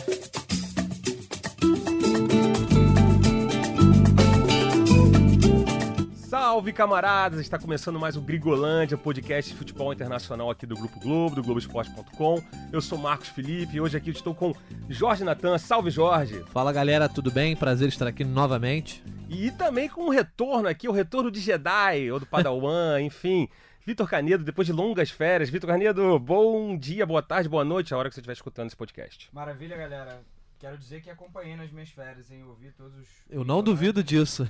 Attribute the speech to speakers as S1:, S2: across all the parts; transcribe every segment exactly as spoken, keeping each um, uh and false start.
S1: Salve, camaradas! Está começando mais o Gringolândia, podcast de futebol internacional aqui do Grupo Globo, do Globo Esporte ponto com. Eu sou Marcos Felipe e hoje aqui estou com Jorge Natan. Salve, Jorge!
S2: Fala, galera, tudo bem? Prazer estar aqui novamente.
S1: E também com um retorno aqui, o retorno de Jedi, ou do Padawan, enfim. Vitor Canedo, depois de longas férias. Vitor Canedo, bom dia, boa tarde, boa noite, a hora que você estiver escutando esse podcast.
S3: Maravilha, galera. Quero dizer que acompanhei nas minhas férias, hein? Ouvi todos os...
S2: Eu não duvido disso.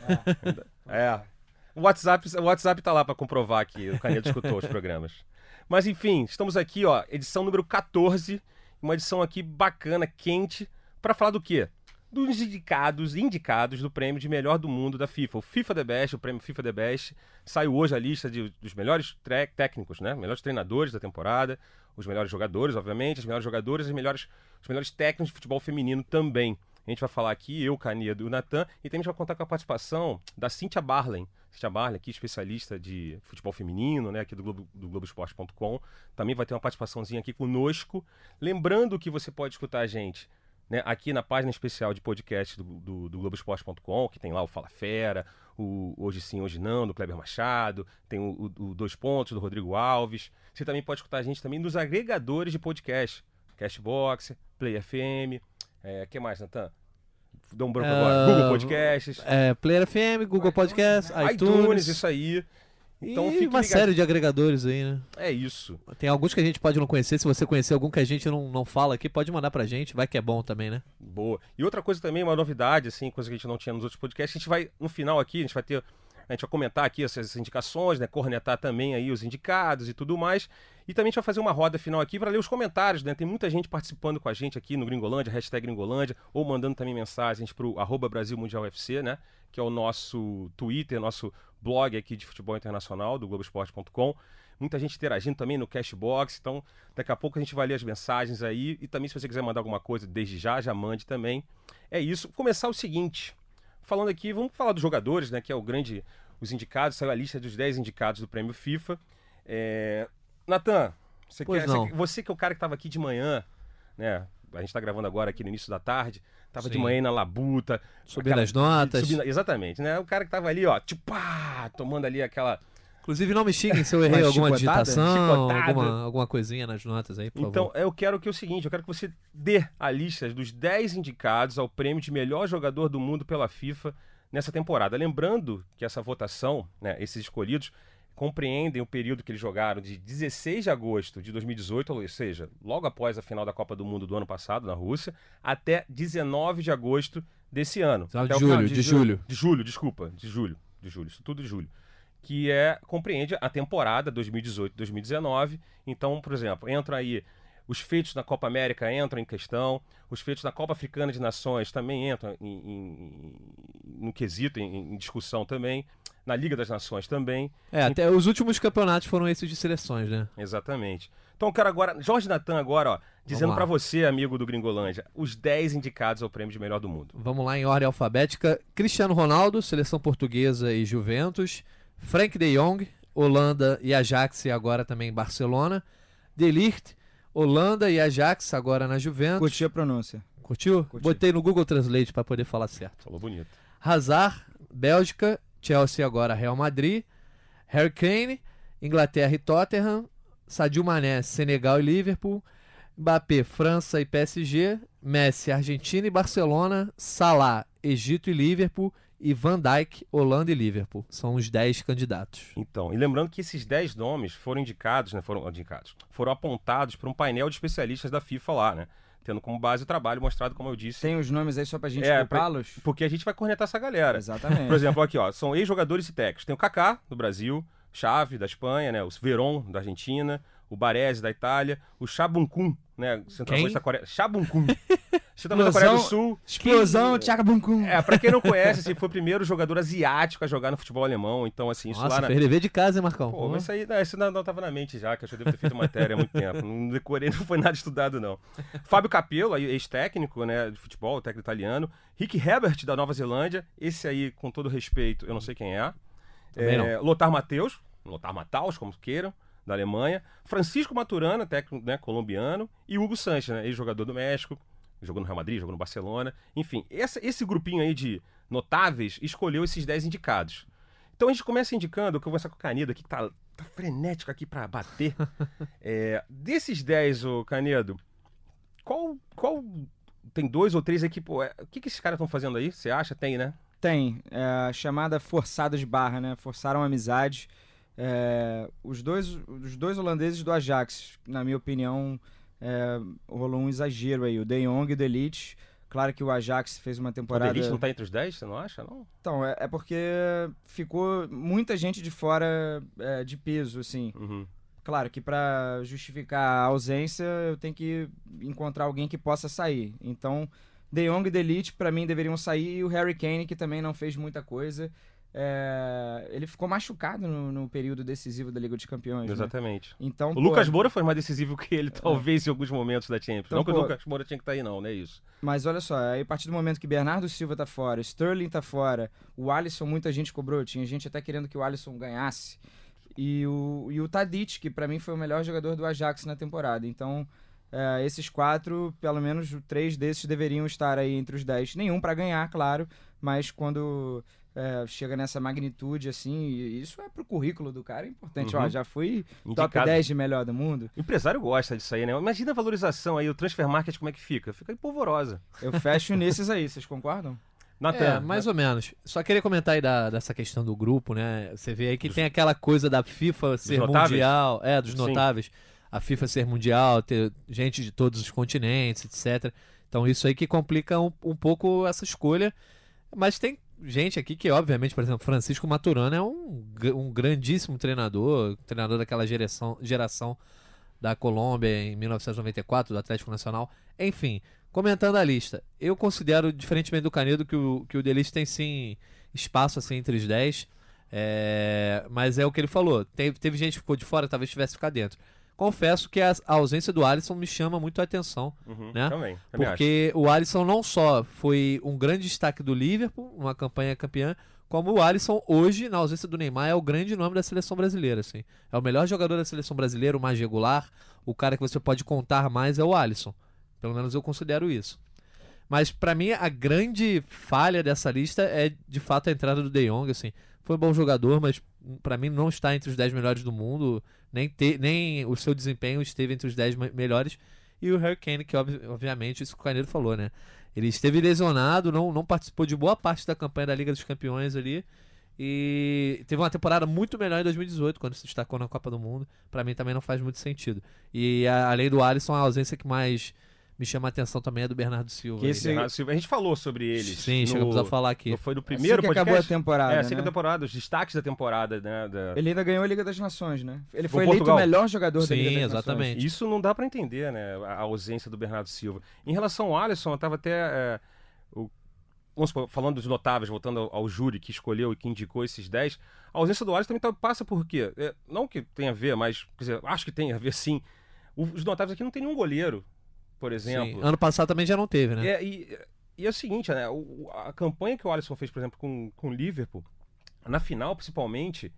S1: É. é. O WhatsApp, o WhatsApp tá lá para comprovar que o Canedo escutou os programas. Mas enfim, estamos aqui, ó, edição número catorze, uma edição aqui bacana, quente, para falar do quê? Dos indicados, indicados do prêmio de melhor do mundo da FIFA. O FIFA The Best, o prêmio FIFA The Best, saiu hoje a lista de, dos melhores técnicos, né? Melhores treinadores da temporada, os melhores jogadores, obviamente, as melhores jogadoras, as melhores, os melhores técnicos de futebol feminino também. A gente vai falar aqui, eu, Canedo e o Natan, e também a gente vai contar com a participação da Cynthia Barlen. Cynthia Barlen, aqui, especialista de futebol feminino, né, aqui do Globo, do Globo Esporte ponto com. Também vai ter uma participaçãozinha aqui conosco. Lembrando que você pode escutar a gente, né, aqui na página especial de podcast do, do, do Globo Esporte ponto com, que tem lá o Fala Fera, o Hoje Sim, Hoje Não, do Kleber Machado, tem o, o, o Dois Pontos, do Rodrigo Alves. Você também pode escutar a gente também nos agregadores de podcast. Castbox, Play F M, é, que mais, Natan? Dá um branco uh, agora. Google Podcasts.
S2: É, Player F M, Google Podcasts, iTunes,
S1: iTunes, isso aí. Então,
S2: e uma ligado. série de agregadores aí, né?
S1: É isso.
S2: Tem alguns que a gente pode não conhecer. Se você conhecer algum que a gente não, não fala aqui, pode mandar pra gente. Vai que é bom também, né?
S1: Boa. E outra coisa também, uma novidade, assim, coisa que a gente não tinha nos outros podcasts, a gente vai, no final aqui, a gente vai ter... A gente vai comentar aqui essas indicações, né? Cornetar também aí os indicados e tudo mais. E também a gente vai fazer uma roda final aqui para ler os comentários, né? Tem muita gente participando com a gente aqui no Gringolândia, hashtag Gringolândia, ou mandando também mensagens para o arroba Brasil Mundial U F C, né? Que é o nosso Twitter, nosso blog aqui de futebol internacional do Globo Esporte ponto com. Muita gente interagindo também no Cashbox, então daqui a pouco a gente vai ler as mensagens aí. E também se você quiser mandar alguma coisa desde já, já mande também. É isso. Vou começar o seguinte... Falando aqui, vamos falar dos jogadores, né? Que é o grande... Os indicados, saiu a lista dos dez indicados do prêmio FIFA. É... Natan, você, quer, você, você que é o cara que estava aqui de manhã, né? A gente está gravando agora aqui no início da tarde. Estava de manhã aí na labuta.
S2: Subindo aquela, as notas.
S1: Subindo, exatamente, né? O cara que estava ali, ó, tipo, pá, tomando ali aquela...
S2: Inclusive, não me xinguem se eu errei alguma digitação, alguma, alguma coisinha nas notas aí, por
S1: então,
S2: favor.
S1: eu quero que é o seguinte, eu quero que você dê a lista dos dez indicados ao prêmio de melhor jogador do mundo pela FIFA nessa temporada. Lembrando que essa votação, né, esses escolhidos, compreendem o período que eles jogaram de dezesseis de agosto de dois mil e dezoito, ou seja, logo após a final da Copa do Mundo do ano passado, na Rússia, até dezenove de agosto desse ano.
S2: De
S1: até
S2: julho,
S1: final,
S2: de, de julho. julho.
S1: De julho, desculpa, de julho, de julho, isso tudo de julho. Que é, compreende a temporada dois mil e dezoito dois mil e dezenove. Então, por exemplo, entram aí os feitos na Copa América entram em questão, os feitos na Copa Africana de Nações também entram em, em, no quesito, em, em discussão também, na Liga das Nações também.
S2: É, até então, os últimos campeonatos foram esses de seleções, né?
S1: Exatamente. Então eu quero agora, Jorge Natan agora, ó, dizendo para você, amigo do Gringolândia, os dez indicados ao prêmio de melhor do mundo.
S2: Vamos lá em ordem alfabética. Cristiano Ronaldo, seleção portuguesa e Juventus. Frank de Jong, Holanda e Ajax, e agora também Barcelona. De Ligt, Holanda e Ajax, agora na Juventus.
S3: Curti a pronúncia.
S2: Curtiu?
S3: Curti.
S2: Botei no Google Translate para poder falar certo.
S1: Falou bonito.
S2: Hazard, Bélgica, Chelsea, agora Real Madrid. Harry Kane, Inglaterra e Tottenham. Sadio Mané, Senegal e Liverpool. Mbappé, França e P S G. Messi, Argentina e Barcelona. Salah, Egito e Liverpool. E Van Dijk, Holanda e Liverpool. São os dez candidatos.
S1: Então, e lembrando que esses dez nomes foram indicados, né, foram indicados, foram apontados por um painel de especialistas da FIFA lá, né? Tendo como base o trabalho mostrado, como eu disse.
S3: Tem os nomes aí só pra gente
S1: é,
S3: ocupá-los?
S1: Porque a gente vai cornetar essa galera.
S3: Exatamente.
S1: Por exemplo, aqui, ó, são ex-jogadores e técnicos. Tem o Kaká, do Brasil, Xavi, da Espanha, né? O Veron, da Argentina, o Baresi, da Itália, o Chabuncum, né? Centroavante da Coreia. Chabuncum. Centroavante da Coreia do Sul.
S3: Explosão, Chabuncum.
S1: É, pra quem não conhece, assim, foi o primeiro jogador asiático a jogar no futebol alemão. Então, assim, isso
S2: Nossa,
S1: lá na...
S2: fez dever de casa, hein, Marcão?
S1: Pô, mas isso aí, não, isso não, não tava na mente já, que eu já devo ter feito matéria há muito tempo. Não decorei, não foi nada estudado, não. Fábio Capello, ex-técnico, né, de futebol, técnico italiano. Rick Herbert, da Nova Zelândia. Esse aí, com todo respeito, eu não sei quem é. é Lothar Matthäus, Lothar Matthaus, como queiram, da Alemanha. Francisco Maturana, técnico, né, colombiano. E Hugo Sánchez, né, ex-jogador do México. jogou no Real Madrid, jogou no Barcelona. Enfim, essa, esse grupinho aí de notáveis escolheu esses dez indicados. Então a gente começa indicando, que eu vou começar com o Canedo aqui, que tá, tá frenético aqui pra bater. É, desses dez, ô Canedo, qual, qual... Tem dois ou três aqui, pô, é, o que, que esses caras estão fazendo aí? Você acha? Tem, né?
S3: Tem, é, a chamada forçada de barra, né? Forçaram a amizade. É, os, dois, os dois holandeses do Ajax, na minha opinião, é, rolou um exagero aí. O De Jong e o De Ligt. Claro que o Ajax fez uma temporada...
S1: O De Ligt não tá entre os dez, você não acha, não?
S3: Então, é, é porque ficou muita gente de fora é, de peso, assim.
S1: Uhum.
S3: Claro que para justificar a ausência, eu tenho que encontrar alguém que possa sair. Então, De Jong e De Ligt, para mim, deveriam sair. E o Harry Kane, que também não fez muita coisa. É... Ele ficou machucado no, no período decisivo da Liga dos Campeões.
S1: Exatamente.
S3: Né? Então,
S1: o
S3: pô...
S1: Lucas Moura foi mais decisivo que ele, talvez, em alguns momentos da Champions.
S3: Então,
S1: não que
S3: pô...
S1: o Lucas Moura tinha que estar aí, não, não é isso.
S3: Mas olha só, aí a partir do momento que Bernardo Silva tá fora, Sterling tá fora, o Alisson muita gente cobrou, tinha gente até querendo que o Alisson ganhasse. E o, e o Tadic, que pra mim foi o melhor jogador do Ajax na temporada. Então, é, esses quatro, pelo menos três desses deveriam estar aí entre os dez. Nenhum pra ganhar, claro, mas quando é, chega nessa magnitude, assim, isso é pro currículo do cara, é importante.
S1: Uhum.
S3: Ó, já fui
S1: Indicado.
S3: top dez de melhor do mundo.
S1: O empresário gosta disso aí, né? Imagina a valorização aí, o transfer market, como é que fica? Fica polvorosa.
S3: Eu fecho nesses aí, vocês concordam?
S1: Natan,
S2: É, mais ou menos. Só queria comentar aí da, dessa questão do grupo, né? Você vê aí que dos, tem aquela coisa da FIFA ser mundial. É, dos notáveis. Sim. A FIFA ser mundial, ter gente de todos os continentes, etcétera. Então isso aí que complica um, um pouco essa escolha. Mas tem gente aqui que, obviamente, por exemplo, Francisco Maturana é um, um grandíssimo treinador, treinador daquela geração, geração da Colômbia em mil novecentos e noventa e quatro, do Atlético Nacional. Enfim, comentando a lista, eu considero, diferentemente do Canedo, que o, que o De Ligt tem sim espaço assim, entre os dez, é, mas é o que ele falou, teve, teve gente que ficou de fora, talvez tivesse ficado dentro. Confesso que a, a ausência do Alisson me chama muito a atenção,
S1: uhum,
S2: né?
S1: Também, também
S2: porque
S1: acho.
S2: O Alisson não só foi um grande destaque do Liverpool, uma campanha campeã, como o Alisson hoje, na ausência do Neymar, é o grande nome da seleção brasileira, assim. É o melhor jogador da seleção brasileira, o mais regular, o cara que você pode contar mais é o Alisson. Pelo menos eu considero isso. Mas pra mim a grande falha dessa lista é de fato a entrada do De Jong, assim. Foi um bom jogador, mas pra mim não está entre os dez melhores do mundo, nem, te, nem o seu desempenho esteve entre os dez melhores. E o Harry Kane, que ob, obviamente, isso que o Canedo falou, né? Ele esteve lesionado, não, não participou de boa parte da campanha da Liga dos Campeões ali. E teve uma temporada muito melhor em dois mil e dezoito, quando se destacou na Copa do Mundo. Pra mim também não faz muito sentido. E a, além do Alisson, a ausência que mais me chama a atenção também é do Bernardo Silva.
S1: Que esse... Bernardo Silva. A gente falou sobre eles.
S2: Sim, no... chegamos a falar aqui.
S1: Foi do primeiro
S3: assim que
S1: podcast.
S3: acabou a temporada,
S1: É, assim
S3: né?
S1: que a temporada, os destaques da temporada, né? Da...
S3: Ele ainda ganhou a Liga das Nações, né? Ele
S1: Com
S3: foi eleito
S1: Portugal.
S3: o melhor jogador
S2: Sim,
S3: da Liga das
S2: exatamente.
S3: Nações.
S1: Isso não dá pra entender, né? A ausência do Bernardo Silva. Em relação ao Alisson, eu tava até... É, o... Vamos supor, falando dos notáveis, voltando ao, ao júri que escolheu e que indicou esses dez, a ausência do Alisson também tá, passa por quê? É, não que tenha a ver, mas quer dizer, acho que tem a ver sim. Os notáveis aqui não tem nenhum goleiro, por exemplo.
S2: Sim. Ano passado também já não teve, né?
S1: É, e, e é o seguinte, né? O, a campanha que o Alisson fez, por exemplo, com, com o Liverpool, na final, principalmente,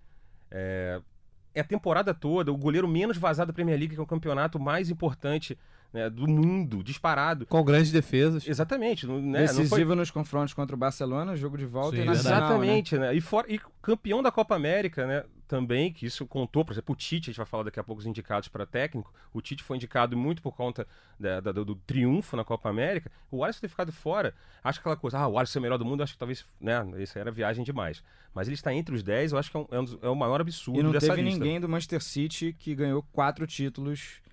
S1: é, é a temporada toda, o goleiro menos vazado da Premier League, que é o campeonato mais importante, né, do mundo, disparado.
S2: Com grandes defesas.
S1: Exatamente. Né,
S3: Decisivo
S1: não foi...
S3: nos confrontos contra o Barcelona, jogo de volta
S2: Sim,
S3: e na
S2: verdade.
S3: final,
S1: Exatamente,
S3: né?
S1: né? E, for... e campeão da Copa América, né? Também, que isso contou, por exemplo, o Tite, a gente vai falar daqui a pouco os indicados para técnico. O Tite foi indicado muito por conta da, da, do, do triunfo na Copa América. O Alisson ter ficado fora, acho que aquela coisa, ah, o Alisson é o melhor do mundo, acho que talvez, né? Isso era viagem demais. Mas ele está entre os dez, eu acho que é, um, é, um, é o maior absurdo
S3: E não
S1: dessa
S3: teve
S1: lista.
S3: ninguém do Manchester City que ganhou quatro títulos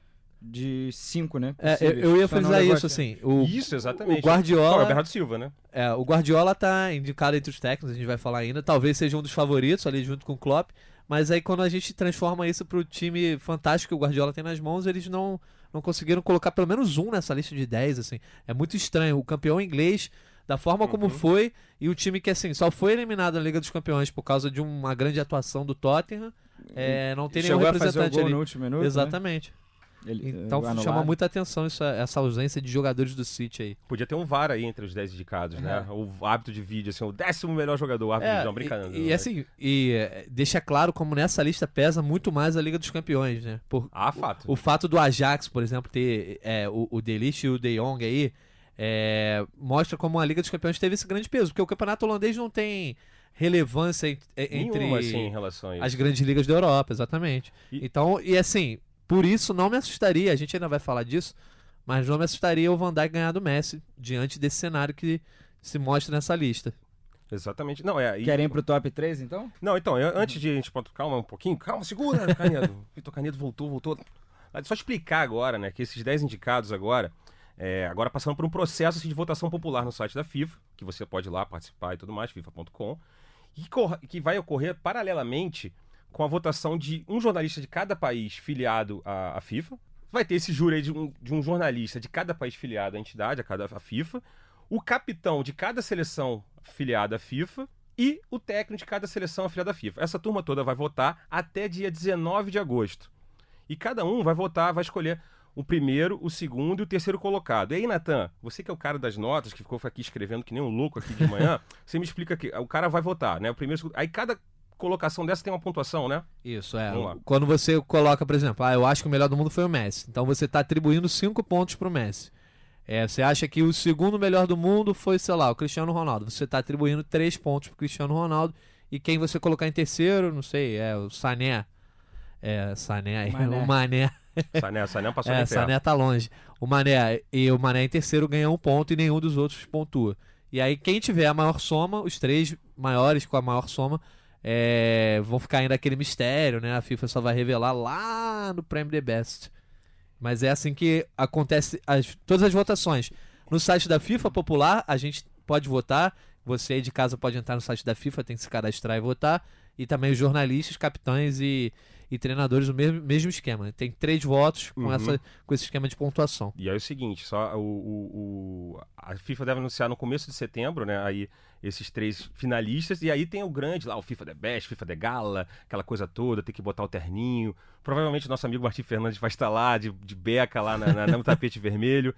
S3: de cinco, né?
S2: É, eu,
S3: possíveis.
S2: eu ia
S3: Só não
S2: frisar
S3: levou
S2: isso,
S3: a
S2: assim. O,
S1: Isso, exatamente.
S2: O Guardiola...
S1: Não, é o Bernardo Silva, né?
S2: É, o Guardiola tá indicado entre os técnicos, a gente vai falar ainda. Talvez seja um dos favoritos ali junto com o Klopp. Mas aí quando a gente transforma isso pro time fantástico que o Guardiola tem nas mãos, eles não, não conseguiram colocar pelo menos um nessa lista de dez, assim. É muito estranho. O campeão inglês, da forma como
S1: Uhum.
S2: foi, e o time que, assim, só foi eliminado na Liga dos Campeões por causa de uma grande atuação do Tottenham, é, não tem nenhum
S3: Chegou a fazer o
S2: representante
S3: gol
S2: ali.
S3: no último minuto,
S2: Exatamente.
S3: né? Ele,
S2: Então
S3: anulado.
S2: chama muita atenção isso, essa ausência de jogadores do City aí.
S1: Podia ter um V A R aí entre os dez indicados, né? O hábito de vídeo, assim, o décimo melhor jogador, o hábito de vídeo, não, brincando.
S2: e, e assim, e é, deixa claro como nessa lista pesa muito mais a Liga dos Campeões, né? Por,
S1: Ah, fato.
S2: o, o fato do Ajax, por exemplo, ter é, o, o De Ligt e o De Jong aí, é, mostra como a Liga dos Campeões teve esse grande peso, porque o campeonato holandês não tem relevância ent- entre
S1: Nenhuma, assim, em relação a isso.
S2: as grandes ligas da Europa, exatamente.
S1: E-
S2: Então, e assim, por isso não me assustaria, a gente ainda vai falar disso, mas não me assustaria o Van Dijk ganhar do Messi diante desse cenário que se mostra nessa lista.
S1: Exatamente. Não, é... E...
S3: Querem ir pro top três, então?
S1: Não, então, eu- antes de a gente... Calma um pouquinho. Calma, segura, Canedo. Vitor Canedo voltou, voltou. Só explicar agora, né, que esses dez indicados agora... É, agora passando por um processo assim, de votação popular no site da FIFA, que você pode ir lá participar e tudo mais, FIFA ponto com, e cor- que vai ocorrer paralelamente com a votação de um jornalista de cada país filiado à, à FIFA. Vai ter esse júri aí de um, de um jornalista de cada país filiado à entidade, a cada à FIFA, o capitão de cada seleção filiada à FIFA e o técnico de cada seleção afiliada à FIFA. Essa turma toda vai votar até dia dezenove de agosto. E cada um vai votar, vai escolher o primeiro, o segundo e o terceiro colocado. E aí, Natan, você que é o cara das notas, que ficou aqui escrevendo que nem um louco aqui de manhã, você me explica que o cara vai votar, né? O primeiro, o segundo... Aí cada colocação dessa tem uma pontuação, né?
S2: Isso, é.
S1: Vamos lá.
S2: Quando você coloca, por exemplo, ah, eu acho que o melhor do mundo foi o Messi. Então você está atribuindo cinco pontos pro Messi. É, você acha que o segundo melhor do mundo foi, sei lá, o Cristiano Ronaldo. Você está atribuindo três pontos pro Cristiano Ronaldo. E quem você colocar em terceiro, não sei, é o Sané. É, Sané aí,
S3: Mané.
S2: o Mané.
S1: Sané, Sané passou
S2: É,
S1: de perto.
S2: Sané tá longe. O Mané e o Mané em terceiro ganha um ponto e nenhum dos outros pontua. E aí quem tiver a maior soma, os três maiores com a maior soma, é, vão ficar ainda aquele mistério, né? A FIFA só vai revelar lá no Prêmio The Best. Mas é assim que acontece as, todas as votações. No site da FIFA Popular, a gente pode votar. Você aí de casa pode entrar no site da FIFA, tem que se cadastrar e votar. E também os jornalistas, capitães e, e treinadores, o mesmo, mesmo esquema. Tem três votos com,
S1: Uhum.
S2: essa, com esse esquema de pontuação.
S1: E aí é o seguinte, só o, o- o- a FIFA deve anunciar no começo de setembro, né? Aí esses três finalistas, e aí tem o grande lá, o FIFA The Best, FIFA The Gala, aquela coisa toda, tem que botar o terninho. Provavelmente o nosso amigo Martim Fernandes vai estar lá, de, de beca lá na, na- no tapete vermelho.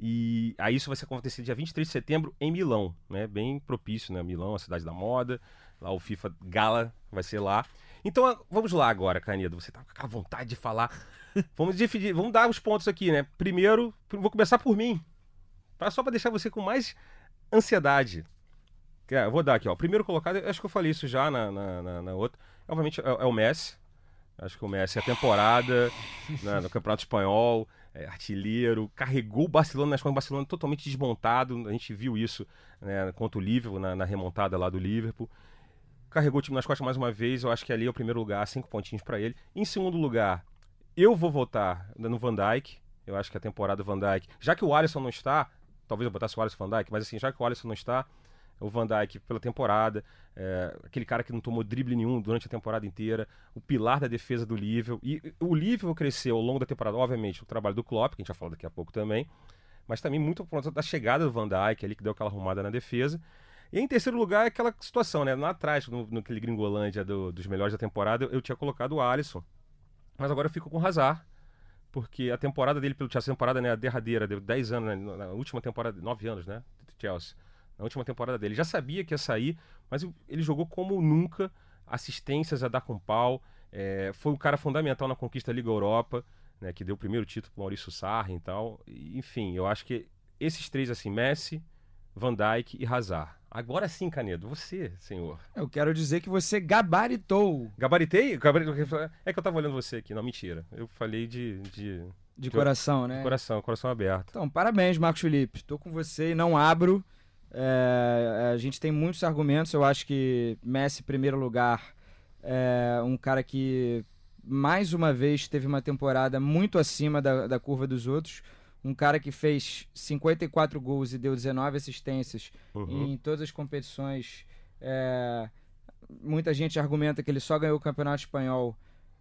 S1: E aí isso vai ser acontecer dia vinte e três de setembro em Milão, né? Bem propício, né? Milão, a cidade da moda. Lá o FIFA Gala vai ser lá. Então a- vamos lá agora, Canedo. Você tá com aquela vontade de falar. Vamos dividir, vamos dar os pontos aqui, né? Primeiro, vou começar por mim. Pra- Só para deixar você com mais ansiedade. Que é, eu vou dar aqui, ó. Primeiro colocado, eu acho que eu falei isso já na, na, na- na outra. Obviamente é, é o Messi. Acho que o Messi é a temporada né, no Campeonato Espanhol, é, artilheiro, carregou o Barcelona nas costas, o Barcelona totalmente desmontado. A gente viu isso né, contra o Liverpool, na, na remontada lá do Liverpool. Carregou o time nas costas mais uma vez. Eu acho que ali é o primeiro lugar, cinco pontinhos para ele. Em segundo lugar, eu vou votar no Van Dijk. Eu acho que a temporada do Van Dijk, já que o Alisson não está, talvez eu botasse o Alisson Van Dijk, mas assim, já que o Alisson não está, o Van Dijk pela temporada, é, aquele cara que não tomou drible nenhum durante a temporada inteira, o pilar da defesa do Liverpool. E o Liverpool cresceu ao longo da temporada, obviamente, o trabalho do Klopp, que a gente vai falar daqui a pouco também, mas também muito por conta da chegada do Van Dijk ali, que deu aquela arrumada na defesa. E em terceiro lugar, é aquela situação, né? Lá atrás, no, naquele Gringolândia do, dos melhores da temporada, eu, eu tinha colocado o Alisson. Mas agora eu fico com o Hazard, porque a temporada dele pelo Chelsea, a temporada né, a derradeira, deu dez anos, né, na última temporada, nove anos, né? Do Chelsea. Na última temporada dele. Já sabia que ia sair, mas ele jogou como nunca, assistências a dar com pau. É, foi um cara fundamental na conquista da Liga Europa, né, que deu o primeiro título para o Maurício Sarri e tal. E, enfim, eu acho que esses três, assim, Messi, Van Dijk e Hazard. Agora sim, Canedo, você, senhor.
S3: Eu quero dizer que você gabaritou
S1: Gabaritei? Gabaritei? É que eu tava olhando você aqui. Não, mentira. Eu falei de, de,
S3: de coração,
S1: de
S3: né?
S1: coração, coração aberto.
S3: Então, parabéns, Marcos Felipe. Tô com você e não abro. É, a gente tem muitos argumentos. Eu acho que Messi, em primeiro lugar, é um cara que, mais uma vez, teve uma temporada muito acima da, da curva dos outros. Um cara que fez cinquenta e quatro gols e deu dezenove assistências
S1: Uhum.
S3: em todas as competições. É, muita gente argumenta que ele só ganhou o Campeonato Espanhol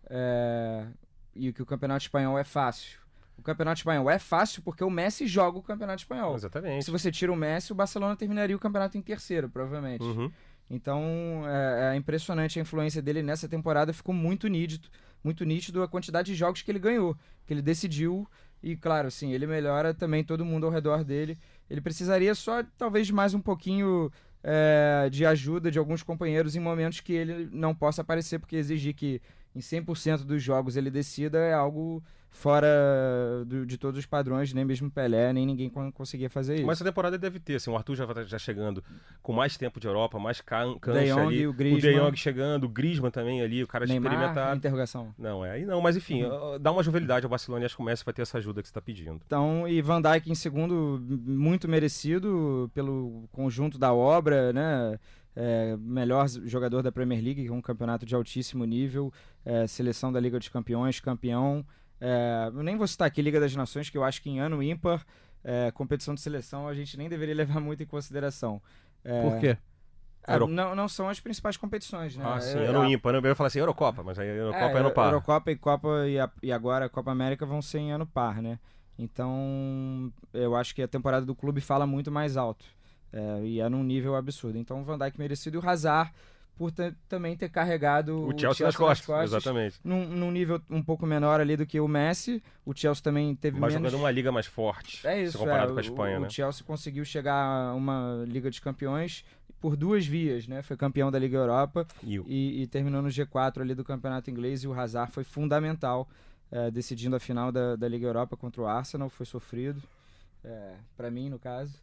S3: é, e que o Campeonato Espanhol é fácil. O Campeonato Espanhol é fácil porque o Messi joga o Campeonato Espanhol.
S1: Exatamente.
S3: Se você tira o Messi, o Barcelona terminaria o campeonato em terceiro, provavelmente.
S1: Uhum.
S3: Então é, é impressionante a influência dele nessa temporada. Ficou muito nítido, muito nítido a quantidade de jogos que ele ganhou, que ele decidiu. E claro, assim, ele melhora também todo mundo ao redor dele. Ele precisaria só, talvez, de mais um pouquinho é, de ajuda de alguns companheiros em momentos que ele não possa aparecer, porque exigir que em cem por cento dos jogos ele decida é algo fora do, de todos os padrões, nem mesmo Pelé, nem ninguém con- conseguia fazer isso.
S1: Mas essa temporada deve ter, assim, o Arthur já vai já chegando com mais tempo de Europa, mais can- cancha
S3: De Jong,
S1: ali.
S3: o
S1: O
S3: Griezmann.
S1: De Jong chegando, o Griezmann também ali, o cara
S3: Neymar,
S1: experimentado.
S3: interrogação.
S1: Não, é aí não, mas enfim, uh, dá uma jovialidade ao Barcelona e acho que o Messi vai ter essa ajuda que você tá pedindo.
S3: Então, e Van Dijk em segundo, muito merecido pelo conjunto da obra, né? É, melhor jogador da Premier League, que é um campeonato de altíssimo nível, é, seleção da Liga dos Campeões, campeão. É, eu nem vou citar aqui Liga das Nações, que eu acho que em ano ímpar, é, competição de seleção, a gente nem deveria levar muito em consideração. É,
S2: Por quê?
S3: é,
S1: Euro-
S3: não, não são as principais competições, né?
S1: Ah, sim,
S3: É,
S1: ano
S3: a-
S1: ímpar, né? Eu ia falar assim, Eurocopa, mas aí Eurocopa é, ano par.
S3: Eurocopa e Copa e, a- e agora a Copa América vão ser em ano par, né? Então, eu acho que a temporada do clube fala muito mais alto. É, e é num nível absurdo. Então, o Van Dijk merecido e o Hazard por ta- também ter carregado
S1: O Chelsea nas costas, exatamente.
S3: Num, num nível um pouco menor ali do que o Messi. O Chelsea também teve
S1: Mas
S3: menos...
S1: jogando uma liga mais forte,
S3: É
S1: se
S3: isso,
S1: comparado
S3: é,
S1: com a Espanha,
S3: o,
S1: né?
S3: o Chelsea conseguiu chegar a uma Liga dos Campeões por duas vias, né? Foi campeão da Liga Europa
S1: E o-
S3: e, e terminou no G quatro ali do Campeonato Inglês, e o Hazard foi fundamental, eh, decidindo a final da, da Liga Europa contra o Arsenal, foi sofrido, é, para mim no caso.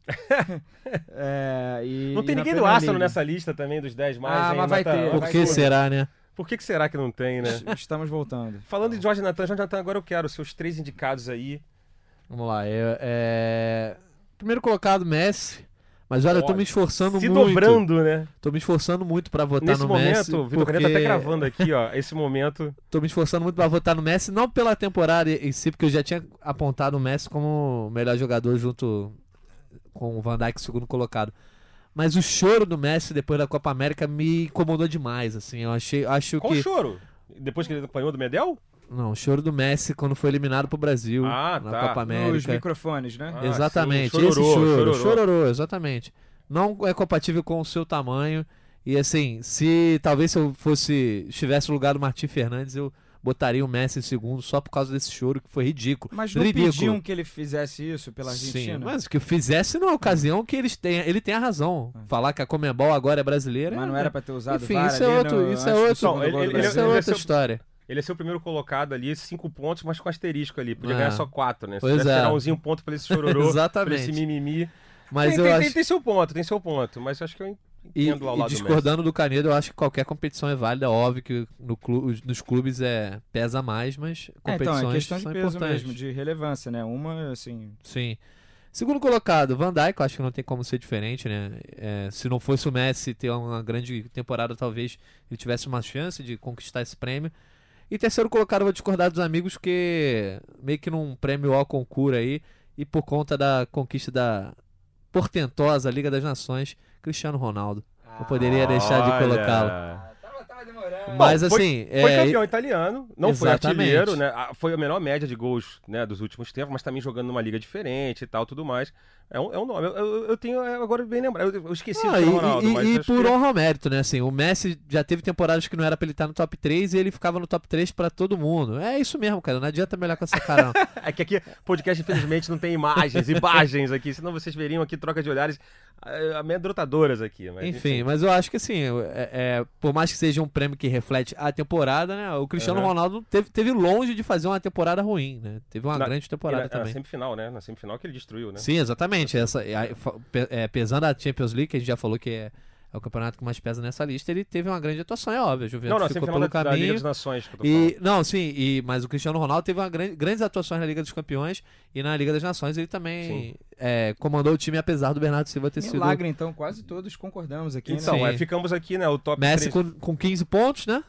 S3: É, e-
S1: Não tem
S3: e na
S1: ninguém do
S3: Premier
S1: Arsenal
S3: League.
S1: nessa lista também, dos dez mais,
S3: Ah,
S1: hein?
S3: mas vai
S1: tá-
S3: ter,
S2: Por
S3: vai
S2: que
S3: ter.
S2: será, né?
S1: Por que, que será que não tem, né?
S3: Estamos voltando.
S1: Falando de Jorge Natan, Jorge Natan, agora eu quero os seus três indicados aí.
S2: Vamos lá. É, é... Primeiro colocado, Messi. Mas olha, eu tô
S1: Olha,
S2: me esforçando
S1: Se
S2: muito.
S1: dobrando, né?
S2: Tô me esforçando muito pra votar
S1: Nesse
S2: no
S1: momento,
S2: Messi.
S1: o Vitor Caneta tá até gravando aqui, ó. Esse momento.
S2: Tô me esforçando muito pra votar no Messi, não pela temporada em si, porque eu já tinha apontado o Messi como o melhor jogador junto com o Van Dijk, segundo colocado. Mas o choro do Messi depois da Copa América me incomodou demais, assim. Eu achei, acho
S1: Qual
S2: que
S1: o choro? Depois que ele apanhou do Medel?
S2: não, o choro do Messi quando foi eliminado pro Brasil
S1: Ah,
S2: na
S1: tá.
S2: Copa
S3: Nos
S2: América.
S3: microfones, né?
S1: Ah,
S2: Exatamente,
S1: sim,
S2: esse
S1: chororô,
S2: choro,
S1: chororô.
S2: chororô, exatamente. Não é compatível com o seu tamanho. E assim, se talvez se eu fosse estivesse no lugar do Martim Fernandes, eu botaria o Messi em segundo só por causa desse choro que foi ridículo.
S3: Mas não
S2: Ridículo.
S3: pediam que ele fizesse isso pela
S2: Sim,
S3: Argentina?
S2: mas que fizesse na ocasião que eles têm, ele tem a razão. Falar que a Conmebol agora é brasileira.
S3: Mas não
S2: é-
S3: era pra ter usado
S2: Enfim,
S3: V A R
S2: isso é
S3: ali
S2: outro-
S3: no-
S2: isso é
S3: antes do
S2: outro-
S3: segundo
S1: Não,
S3: gol
S1: ele-
S3: do
S1: ele-
S2: Isso
S3: Brasil?
S2: é
S1: ele-
S2: outra
S1: ele-
S2: história.
S1: Ele é seu primeiro colocado ali, cinco pontos, mas com asterisco ali. Podia
S2: Ah.
S1: ganhar só quatro, né? Se
S2: Pois
S1: tivesse
S2: é.
S1: tirar umzinho ponto pra esse chororô, pra esse
S2: Exatamente.
S1: mimimi.
S2: Mas
S1: tem,
S2: eu
S1: tem,
S2: acho.
S1: tem, tem seu ponto, tem seu ponto. Mas eu acho que eu
S2: E,
S1: entendo ao
S2: e
S1: lado do
S2: discordando do Canedo, eu acho que qualquer competição é válida. Óbvio que no clu- nos clubes é, pesa mais, mas
S3: É,
S2: competições
S3: então, é questão de
S2: são
S3: peso
S2: importantes.
S3: mesmo, de relevância, né? Uma, assim...
S2: Sim. Segundo colocado, Van Dijk, eu acho que não tem como ser diferente, né? É, se não fosse o Messi ter uma grande temporada, talvez ele tivesse uma chance de conquistar esse prêmio. E terceiro colocado, eu vou discordar dos amigos, que meio que num prêmio ao concurso aí, e por conta da conquista da portentosa Liga das Nações, Cristiano Ronaldo. Não poderia deixar de
S1: Olha.
S2: colocá-lo.
S3: Tava, tava demorando.
S2: Mas
S1: Bom, foi-
S2: assim,
S1: Foi
S2: é,
S1: campeão italiano, não foi
S2: Exatamente.
S1: artilheiro, né? Ah, Foi a menor média de gols, né, dos últimos tempos, mas também jogando numa liga diferente e tal, tudo mais. É um, é um nome. Eu, eu, eu tenho é, agora bem lembrado. Eu, eu esqueci
S2: Ah,
S1: do
S2: e,
S1: Ronaldo,
S2: e-
S1: mas
S2: e
S1: acho
S2: por
S1: que...
S2: honra ao mérito, né? Assim, o Messi já teve temporadas que não era pra ele estar no top três e ele ficava no top três pra todo mundo. É isso mesmo, cara. Não adianta melhor com essa cara, não.
S1: É que aqui, podcast, infelizmente, não tem imagens, imagens aqui, senão vocês veriam aqui troca de olhares ah, amedrontadoras aqui. Mas,
S2: Enfim, mas eu acho que assim, é, é, por mais que seja um prêmio que reflete a temporada, né? O Cristiano
S1: Uhum.
S2: Ronaldo teve, teve longe de fazer uma temporada ruim, né? Teve uma
S1: Na-
S2: grande
S1: E
S2: temporada
S1: na,
S2: também.
S1: na semifinal, né? Na semifinal que ele destruiu, né?
S2: Sim, exatamente. Essa, é, fa- pe- é, pesando a Champions League, que a gente já falou que é, é o campeonato que mais pesa nessa lista, ele teve uma grande atuação, é óbvio. A Juventus
S1: Não, na
S2: ficou
S1: semifinal
S2: pelo
S1: da, da Liga
S2: caminho.
S1: das Nações que eu tô falando.
S2: E, não, sim, e, mas o Cristiano Ronaldo teve uma grande, grandes atuações na Liga dos Campeões e na Liga das Nações ele também é, comandou o time, apesar do Bernardo Silva ter sido
S3: Milagre, então, quase todos concordamos aqui,
S1: Então,
S3: né?
S2: Sim.
S1: é, ficamos aqui, né? O top
S2: Messi
S1: três.
S2: com, com quinze pontos, né?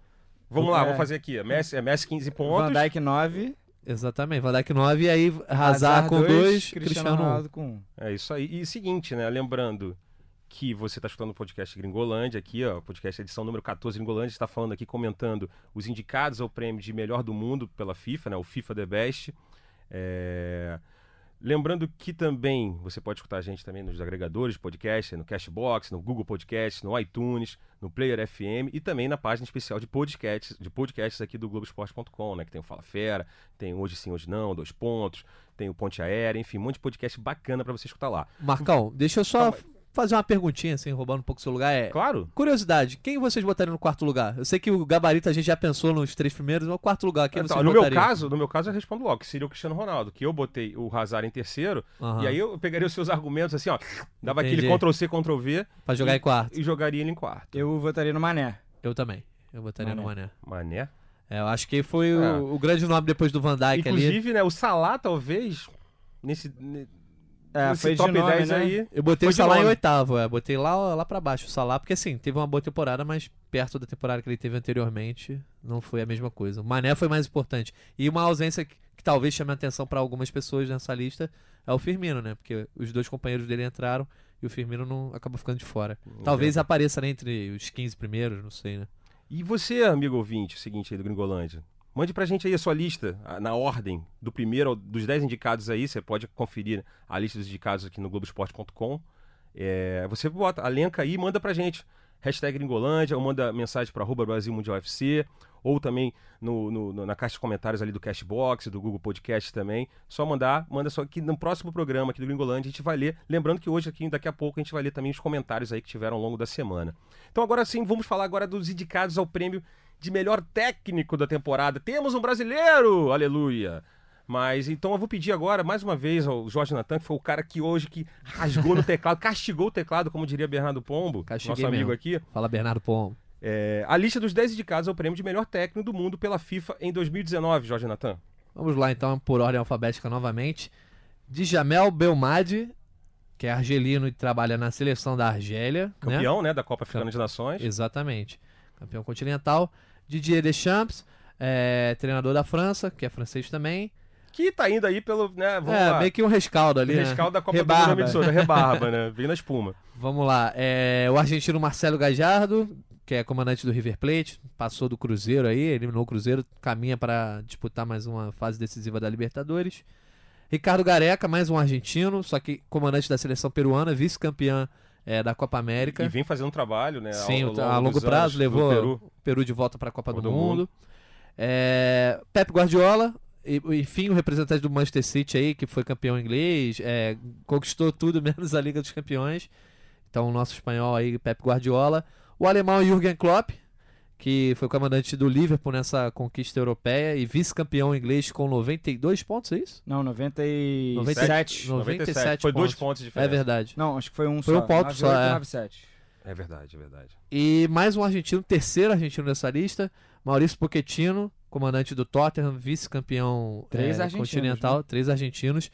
S1: Vamos lá,
S3: É.
S1: vamos fazer aqui. Messi, é Messi quinze pontos.
S3: Van Dijk nove,
S2: Exatamente, Van Dijk nove e aí Hazard
S3: Hazard
S2: com
S3: dois,
S2: dois,
S3: Cristiano
S2: Cristiano um.
S3: Ronaldo com um.
S1: É isso aí. E seguinte, né? Lembrando que você está escutando o podcast Gringolândia aqui, ó, podcast edição número quatorze Gringolândia, está falando aqui, comentando os indicados ao prêmio de melhor do mundo pela FIFA, né? O FIFA The Best. É... Lembrando que também você pode escutar a gente também nos agregadores de podcast, no Cashbox, no Google Podcast, no iTunes, no Player F M e também na página especial de podcasts, de podcasts aqui do Globoesporte ponto com, né? Que tem o Fala Fera, tem o Hoje Sim, Hoje Não, Dois Pontos, tem o Ponte Aérea, enfim, um monte de podcast bacana para você escutar lá.
S2: Marcão, deixa eu só
S1: Calma
S2: fazer uma perguntinha, assim, roubando um pouco o seu lugar. É,
S1: Claro.
S2: curiosidade, quem vocês botariam no quarto lugar? Eu sei que o gabarito a gente já pensou nos três primeiros, mas o quarto lugar, quem
S1: Então,
S2: vocês
S1: no meu
S2: botariam?
S1: caso, no meu caso eu respondo logo, que seria o Cristiano Ronaldo, que eu botei o Hazard em terceiro,
S2: Aham.
S1: e aí eu pegaria os seus argumentos assim, ó, dava
S2: Entendi.
S1: aquele Ctrl C, Ctrl V
S2: Pra jogar
S1: e,
S2: em quarto.
S1: e jogaria ele em quarto.
S3: Eu votaria no Mané.
S2: Eu também. Eu botaria no
S3: Mané.
S2: Mané.
S1: Mané.
S2: É, eu acho que foi
S1: É.
S2: o, o grande nome depois do Van Dijk ali.
S1: Inclusive, né, o Salah talvez nesse, ne-
S3: É,
S1: nesse
S3: foi de
S1: top
S3: nome,
S1: dez
S3: né?
S1: aí.
S2: Eu botei
S1: Foi
S2: o
S1: de
S2: Salah em
S1: nome.
S2: oitavo, é. Botei lá, lá pra baixo o Salah, porque assim, teve uma boa temporada, mas perto da temporada que ele teve anteriormente, não foi a mesma coisa. O Mané foi mais importante. E uma ausência que, que talvez chame a atenção pra algumas pessoas nessa lista é o Firmino, né? Porque os dois companheiros dele entraram e o Firmino não acabou ficando de fora. Talvez
S1: É.
S2: apareça, né, entre os quinze primeiros, não sei, né?
S1: E você, amigo ouvinte, o seguinte aí do Gringolândia, mande pra gente aí a sua lista, a- na ordem, do primeiro ao- dos dez indicados aí, você pode conferir a lista dos indicados aqui no globoesporte ponto com. É, você bota, alenca aí e manda pra gente. Hashtag Gringolândia, ou manda mensagem para arroba Brasil Mundial F C, ou também no, no- no- na caixa de comentários ali do Cashbox, do Google Podcast também. Só mandar, manda só que no próximo programa aqui do Gringolândia a gente vai ler. Lembrando que hoje, aqui, daqui a pouco, a gente vai ler também os comentários aí que tiveram ao longo da semana. Então agora sim, vamos falar agora dos indicados ao prêmio de melhor técnico da temporada. Temos um brasileiro! Aleluia! Mas então eu vou pedir agora, mais uma vez, ao Jorge Natan, que foi o cara que hoje que rasgou no teclado, castigou o teclado, como diria Bernardo Pombo,
S2: Castiguei
S1: nosso amigo
S2: mesmo.
S1: aqui.
S2: Fala Bernardo Pombo.
S1: É, a lista dos dez indicados ao prêmio de melhor técnico do mundo pela FIFA em dois mil e dezenove, Jorge Natan.
S2: Vamos lá então, por ordem alfabética novamente. Djamel Belmadi, que é argelino e trabalha na seleção da Argélia. Né?
S1: Campeão, né, da Copa Africana de Nações.
S2: Exatamente. Campeão continental. Didier Deschamps, é, treinador da França, que é francês também.
S1: Que tá indo aí pelo, né, vamos
S2: é,
S1: lá,
S2: meio que um rescaldo ali, né?
S1: rescaldo da Copa
S2: Rebarba.
S1: do Mundo Emissora, rebarba, né, vem na espuma.
S2: Vamos lá. É, o argentino Marcelo Gallardo, que é comandante do River Plate, passou do Cruzeiro aí, eliminou o Cruzeiro, caminha para disputar mais uma fase decisiva da Libertadores. Ricardo Gareca, mais um argentino, só que comandante da seleção peruana, vice-campeã é, da Copa América.
S1: E vem fazendo um trabalho, né,
S2: Sim,
S1: ao, ao
S2: a
S1: longo
S2: longo
S1: dos
S2: prazo
S1: anos
S2: levou
S1: do Peru.
S2: o Peru de volta para a Copa do,
S1: do
S2: Mundo.
S1: Mundo.
S2: É, Pep Guardiola, e- enfim, o representante do Manchester City aí, que foi campeão inglês, é, conquistou tudo menos a Liga dos Campeões. Então, o nosso espanhol aí, Pep Guardiola. O alemão Jürgen Klopp, que foi comandante do Liverpool nessa conquista europeia e vice-campeão inglês com noventa e dois pontos, é isso?
S3: Não, noventa e
S2: noventa e
S3: sete.
S2: noventa e sete
S1: Foi dois
S2: pontos.
S1: pontos de
S2: É
S1: diferença.
S2: verdade.
S3: Não, acho que foi um
S2: Foi
S3: só.
S2: um ponto só, é.
S3: noventa e sete.
S1: É verdade, é verdade.
S2: E mais um argentino, terceiro argentino dessa lista, Maurício Pochettino, comandante do Tottenham, vice-campeão
S3: Três
S2: é,
S3: argentinos,
S2: continental,
S3: né?
S2: três argentinos.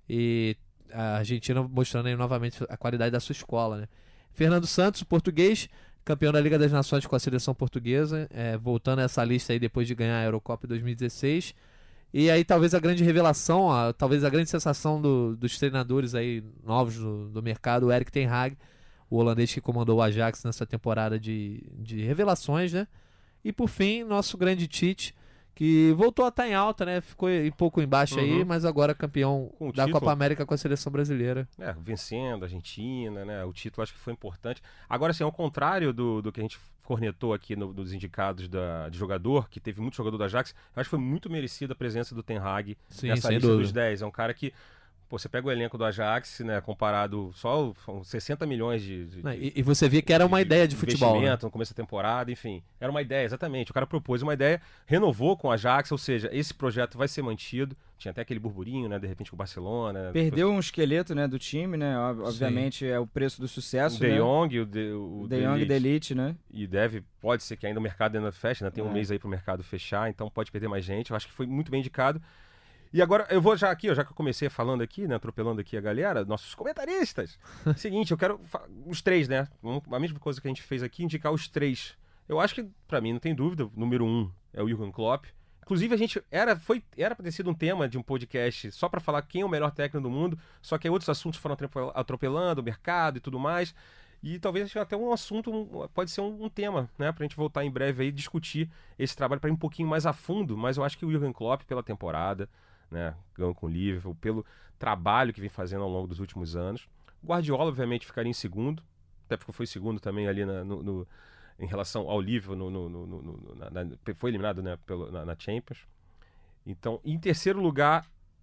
S2: E a Argentina mostrando aí novamente a qualidade da sua escola, né? Fernando Santos, o português, campeão da Liga das Nações com a seleção portuguesa, é, voltando a essa lista aí depois de ganhar a Eurocopa dois mil e dezesseis. E aí talvez a grande revelação, a- talvez a grande sensação do- dos treinadores aí novos do, do mercado, o Erik ten Hag, o holandês que comandou o Ajax nessa temporada de, de revelações, né? E por fim, nosso grande Tite, que voltou a estar em alta, né? Ficou um pouco embaixo aí,
S1: Uhum.
S2: mas agora campeão
S1: Com o
S2: da
S1: título.
S2: Copa América com a seleção brasileira.
S1: É, vencendo a Argentina, né? O título acho que foi importante. Agora, assim, ao contrário do, do que a gente cornetou aqui no- nos indicados da, de jogador, que teve muito jogador do Ajax, eu acho que foi muito merecida a presença do Ten Hag
S2: Sim,
S1: nessa
S2: sem
S1: lista
S2: dúvida.
S1: dos dez. É um cara que, pô, você pega o elenco do Ajax, né? Comparado só são sessenta milhões de. de-
S2: Não,
S1: de-
S2: E, e você via que era uma ideia de futebol, né?
S1: investimento no começo da temporada, enfim. Era uma ideia, exatamente. O cara propôs uma ideia, renovou com o Ajax, ou seja, esse projeto vai ser mantido. Tinha até aquele burburinho, né? De repente com o Barcelona.
S3: Perdeu um esqueleto, né, do time, né? Ob- Obviamente é o preço do
S1: o
S3: sucesso,
S1: De
S3: né?
S1: Jong, o De, o
S3: O De Jong
S1: Ligt.
S3: da Elite, né?
S1: E deve, pode ser que ainda o mercado ainda feche, né? Tem um
S3: É.
S1: mês aí pro mercado fechar, então pode perder mais gente. Eu acho que foi muito bem indicado. E agora, eu vou já aqui, ó, já que eu comecei falando aqui, né? Atropelando aqui a galera, nossos comentaristas. Seguinte, eu quero. fa- Os três, né? Vamos- A mesma coisa que a gente fez aqui, indicar os três. Eu acho que, pra mim, não tem dúvida, o número um é o Jürgen Klopp. Inclusive, a gente era, foi, era pra ter sido um tema de um podcast só pra falar quem é o melhor técnico do mundo, só que aí outros assuntos foram atropel- atropelando, o mercado e tudo mais. E talvez até um assunto, um- pode ser um, um tema, né? Pra gente voltar em breve aí e discutir esse trabalho para ir um pouquinho mais a fundo. Mas eu acho que o Jürgen Klopp, pela temporada, né? Ganhou com o Liverpool, pelo trabalho que vem fazendo ao longo dos últimos anos. O Guardiola, obviamente, ficaria em segundo, até porque foi segundo também ali na- no, no- em relação ao Liverpool, no, no- no- no- no- na- na- foi eliminado, né, pelo, na, na Champions. Então, em terceiro lugar,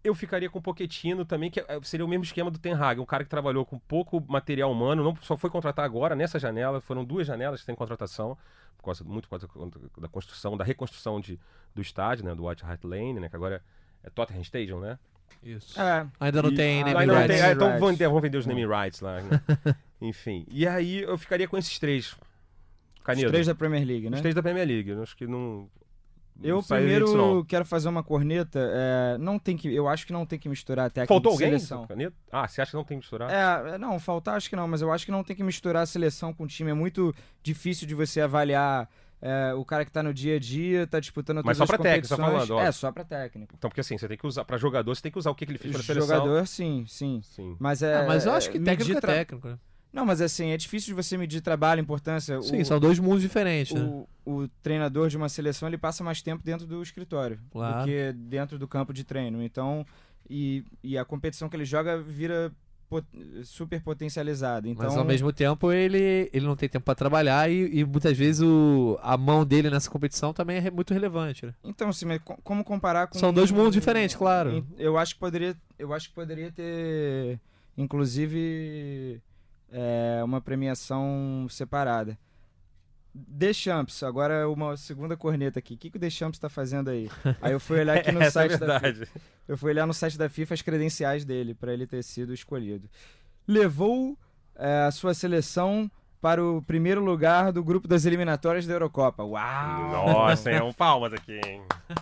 S1: Eu ficaria com o Pochettino também, que seria o mesmo esquema do Ten Hag, um cara que trabalhou com pouco material humano, não só foi contratar agora, nessa janela, foram duas janelas que tem contratação, por causa, muito por causa da construção, da reconstrução de, do estádio, né, do White Hart Lane, né, que agora é Tottenham Stadium, né?
S2: Isso.
S3: É.
S2: Ainda não
S1: E-
S2: tem
S3: ah,
S2: naming
S1: Ainda não
S2: rights.
S1: tem, ah, então
S3: Rights.
S1: vão vender, vão vender os naming rights lá, né? Enfim, e aí eu ficaria com esses três.
S3: Os
S1: Canedo,
S3: três da Premier League, né?
S1: os três da Premier League, eu acho que não...
S3: Eu
S1: não sairia disso,
S3: primeiro
S1: não.
S3: quero fazer uma corneta. é, não tem que, eu acho que não tem que misturar técnico
S1: Faltou
S3: e
S1: alguém?
S3: seleção.
S1: Canedo? Ah, você acha que não tem que misturar?
S3: É, não, faltar acho que não, mas eu acho que não tem que misturar a seleção com o time. É muito difícil de você avaliar é, o cara que tá no dia a dia, tá disputando
S1: Mas
S3: todas
S1: só
S3: as
S1: pra técnico, tá
S3: competições.
S1: falando, ó.
S3: É, só pra técnico.
S1: Então, porque assim, você tem que usar, pra jogador, você tem que usar o que, que ele fez pela seleção.
S3: Jogador, sim, sim.
S1: Sim.
S3: Mas é.
S2: Ah, mas eu acho que
S3: medir
S2: técnico é
S3: tra-
S2: técnico, né?
S3: Não, mas assim, é difícil de você medir trabalho, importância.
S2: Sim,
S3: o,
S2: são dois mundos diferentes, né?
S3: o, o treinador de uma seleção ele passa mais tempo dentro do escritório
S2: Claro.
S3: do que dentro do campo de treino. Então, e, e a competição que ele joga vira pot- super potencializada. Então,
S2: Mas ao mesmo tempo ele, ele não tem tempo pra trabalhar e, e muitas vezes o, a mão dele nessa competição também é re- muito relevante, né?
S3: então assim, mas co- como comparar com
S2: São dois mundos diferentes, claro.
S3: Eu acho que poderia, eu acho que poderia ter, inclusive, é, uma premiação separada. Deschamps, agora uma segunda corneta aqui. O que, que o Deschamps tá fazendo aí? Aí eu fui olhar aqui no
S1: Essa é
S3: site da FIFA.
S1: verdade.
S3: Eu fui olhar no site da FIFA as credenciais dele para ele ter sido escolhido. Levou é, a sua seleção para o primeiro lugar do grupo das eliminatórias da Eurocopa. Uau!
S1: Nossa, hein? Um palmas aqui, hein?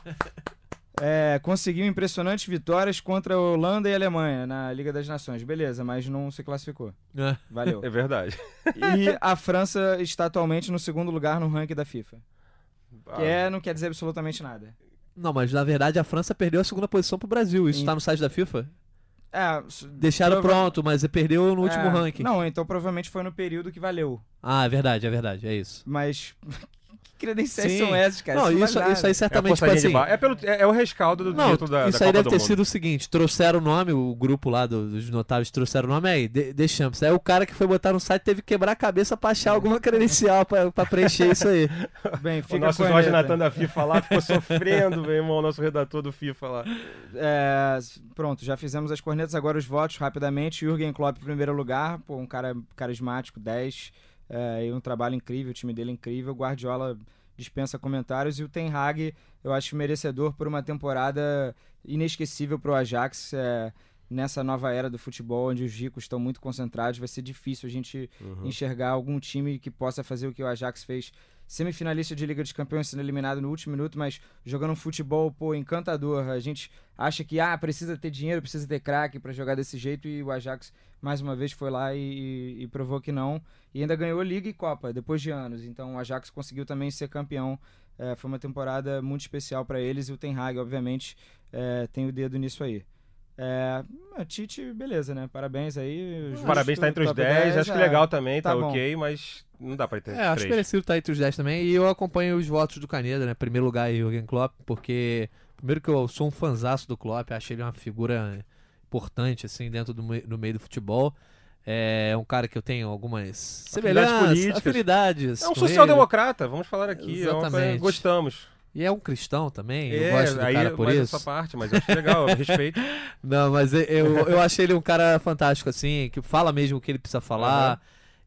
S3: É, conseguiu impressionantes vitórias contra a Holanda e a Alemanha na Liga das Nações. Beleza, mas não se classificou.
S2: É.
S3: Valeu.
S1: É verdade.
S3: E a França está atualmente no segundo lugar no ranking da FIFA. Que é, não quer dizer absolutamente nada.
S2: Não, mas na verdade a França perdeu a segunda posição pro Brasil. Isso
S3: Em-
S2: tá no site da FIFA?
S3: É, s-
S2: Deixaram
S3: prova-
S2: pronto, mas perdeu no último
S3: é,
S2: ranking.
S3: Não, então provavelmente foi no período que valeu.
S2: Ah, é verdade, é verdade, é isso.
S3: Mas que credenciais
S2: Sim.
S3: são essas, cara?
S2: não,
S3: vale
S2: isso,
S3: nada.
S2: isso aí
S1: É a
S2: certamente, tipo
S1: forçadinha de
S2: assim...
S1: barra. É, pelo, é, é o rescaldo do
S2: Não,
S1: título da,
S2: isso
S1: da
S2: aí
S1: Copa
S2: deve
S1: do
S2: ter
S1: Mundo.
S2: sido o seguinte, trouxeram o nome, o grupo lá do- dos notáveis trouxeram o nome aí, De- Deschamps. Aí o cara que foi botar no site teve que quebrar a cabeça pra achar alguma credencial pra, pra preencher isso aí.
S3: Bem,
S1: O
S3: fica
S1: nosso
S3: a
S1: Jorge
S3: corneta.
S1: Natan da FIFA lá ficou sofrendo, meu irmão, o nosso redator do FIFA lá.
S3: É, pronto, já fizemos as cornetas, agora os votos rapidamente. Jürgen Klopp em primeiro lugar, pô, um cara carismático, dez, é, e um trabalho incrível, o time dele é incrível. Guardiola dispensa comentários e o Ten Hag eu acho merecedor por uma temporada inesquecível para o Ajax. É, nessa nova era do futebol, onde os ricos estão muito concentrados, vai ser difícil a gente
S1: Uhum.
S3: enxergar algum time que possa fazer o que o Ajax fez. Semifinalista de Liga dos Campeões sendo eliminado no último minuto, mas jogando um futebol, pô, encantador. A gente acha que, ah, precisa ter dinheiro, precisa ter craque pra jogar desse jeito, e o Ajax, mais uma vez, foi lá e, e- e provou que não. E ainda ganhou Liga e Copa, depois de anos. Então o Ajax conseguiu também ser campeão. É, foi uma temporada muito especial pra eles, e o Ten Hag, obviamente, é, tem o dedo nisso aí. É, a Tite, beleza, né? Parabéns aí. justo,
S1: Parabéns, tá entre os
S3: top
S1: dez, acho que
S3: é.
S1: legal também, tá,
S3: tá bom.
S1: ok, mas não dá pra ter
S2: É, acho
S1: três.
S2: merecido estar entre os dez também. E eu acompanho os votos do Caneda, né? Primeiro lugar é Jürgen Klopp, porque primeiro que eu sou um fanzaço do Klopp, acho ele uma figura importante, assim, dentro do, me- do meio do futebol. É um cara que eu tenho algumas
S1: Afinidades
S2: semelhanças,
S1: políticas.
S2: afinidades.
S1: É um
S2: com
S1: social-democrata, vamos falar aqui. É uma coisa-
S2: Exatamente.
S1: gostamos.
S2: ele. E é um cristão também, eu
S1: É,
S2: gosto do
S1: aí
S2: cara por
S1: mais
S2: isso.
S1: essa parte, mas eu acho legal, eu respeito.
S2: Não, mas eu, eu, eu achei ele um cara fantástico, assim, que fala mesmo o que ele precisa falar.
S1: Aham.